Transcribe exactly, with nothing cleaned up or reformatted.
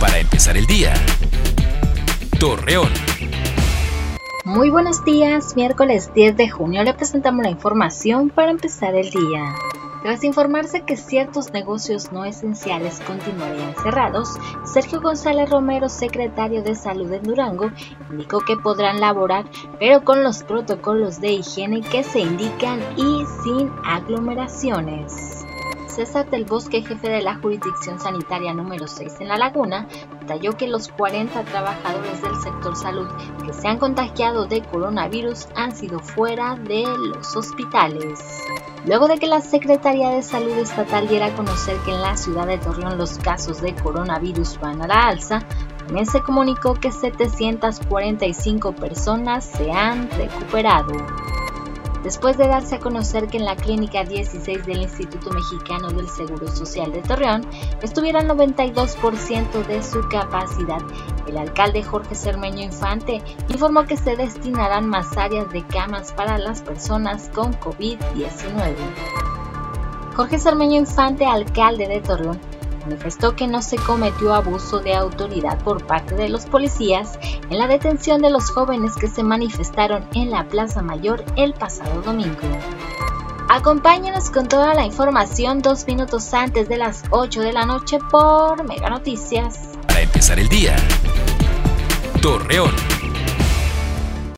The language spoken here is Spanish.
para empezar el día. Torreón. Muy buenos días, miércoles diez de junio le presentamos la información para empezar el día. Tras informarse que ciertos negocios no esenciales continuarían cerrados, Sergio González Romero, secretario de Salud en Durango, indicó que podrán laborar, pero con los protocolos de higiene que se indican y sin aglomeraciones. César del Bosque, jefe de la jurisdicción sanitaria número seis en La Laguna, detalló que los cuarenta trabajadores del sector salud que se han contagiado de coronavirus han sido fuera de los hospitales. Luego de que la Secretaría de Salud Estatal diera a conocer que en la ciudad de Torreón los casos de coronavirus van a la alza, también se comunicó que setecientas cuarenta y cinco personas se han recuperado. Después de darse a conocer que en la Clínica dieciséis del Instituto Mexicano del Seguro Social de Torreón estuviera al noventa y dos por ciento de su capacidad, el alcalde Jorge Cermeño Infante informó que se destinarán más áreas de camas para las personas con COVID diecinueve. Jorge Cermeño Infante, alcalde de Torreón, manifestó que no se cometió abuso de autoridad por parte de los policías en la detención de los jóvenes que se manifestaron en la Plaza Mayor el pasado domingo. Acompáñenos con toda la información dos minutos antes de las ocho de la noche por Mega Noticias. Para empezar el día. Torreón.